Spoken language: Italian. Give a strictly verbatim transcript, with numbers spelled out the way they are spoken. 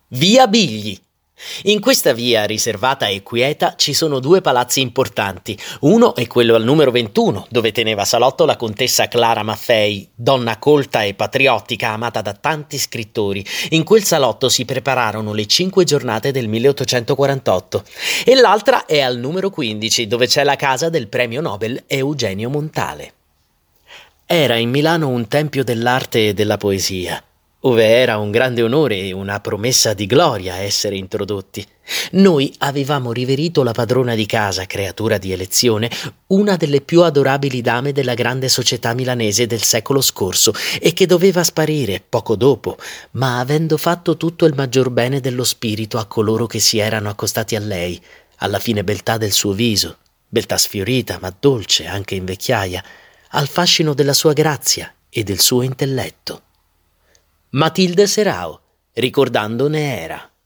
Via Bigli. In questa via riservata e quieta ci sono due palazzi importanti. Uno è quello al numero ventuno, dove teneva salotto la contessa Clara Maffei, donna colta e patriottica amata da tanti scrittori. In quel salotto si prepararono le cinque giornate del milleottocentoquarantotto. E l'altra è al numero quindici, dove c'è la casa del premio Nobel Eugenio Montale. Era in Milano un tempio dell'arte e della poesia, ove era un grande onore e una promessa di gloria essere introdotti. Noi avevamo riverito la padrona di casa, creatura di elezione, una delle più adorabili dame della grande società milanese del secolo scorso e che doveva sparire poco dopo, ma avendo fatto tutto il maggior bene dello spirito a coloro che si erano accostati a lei, alla fine beltà del suo viso, beltà sfiorita ma dolce anche in vecchiaia, al fascino della sua grazia e del suo intelletto. Matilde Serao, ricordando ne era.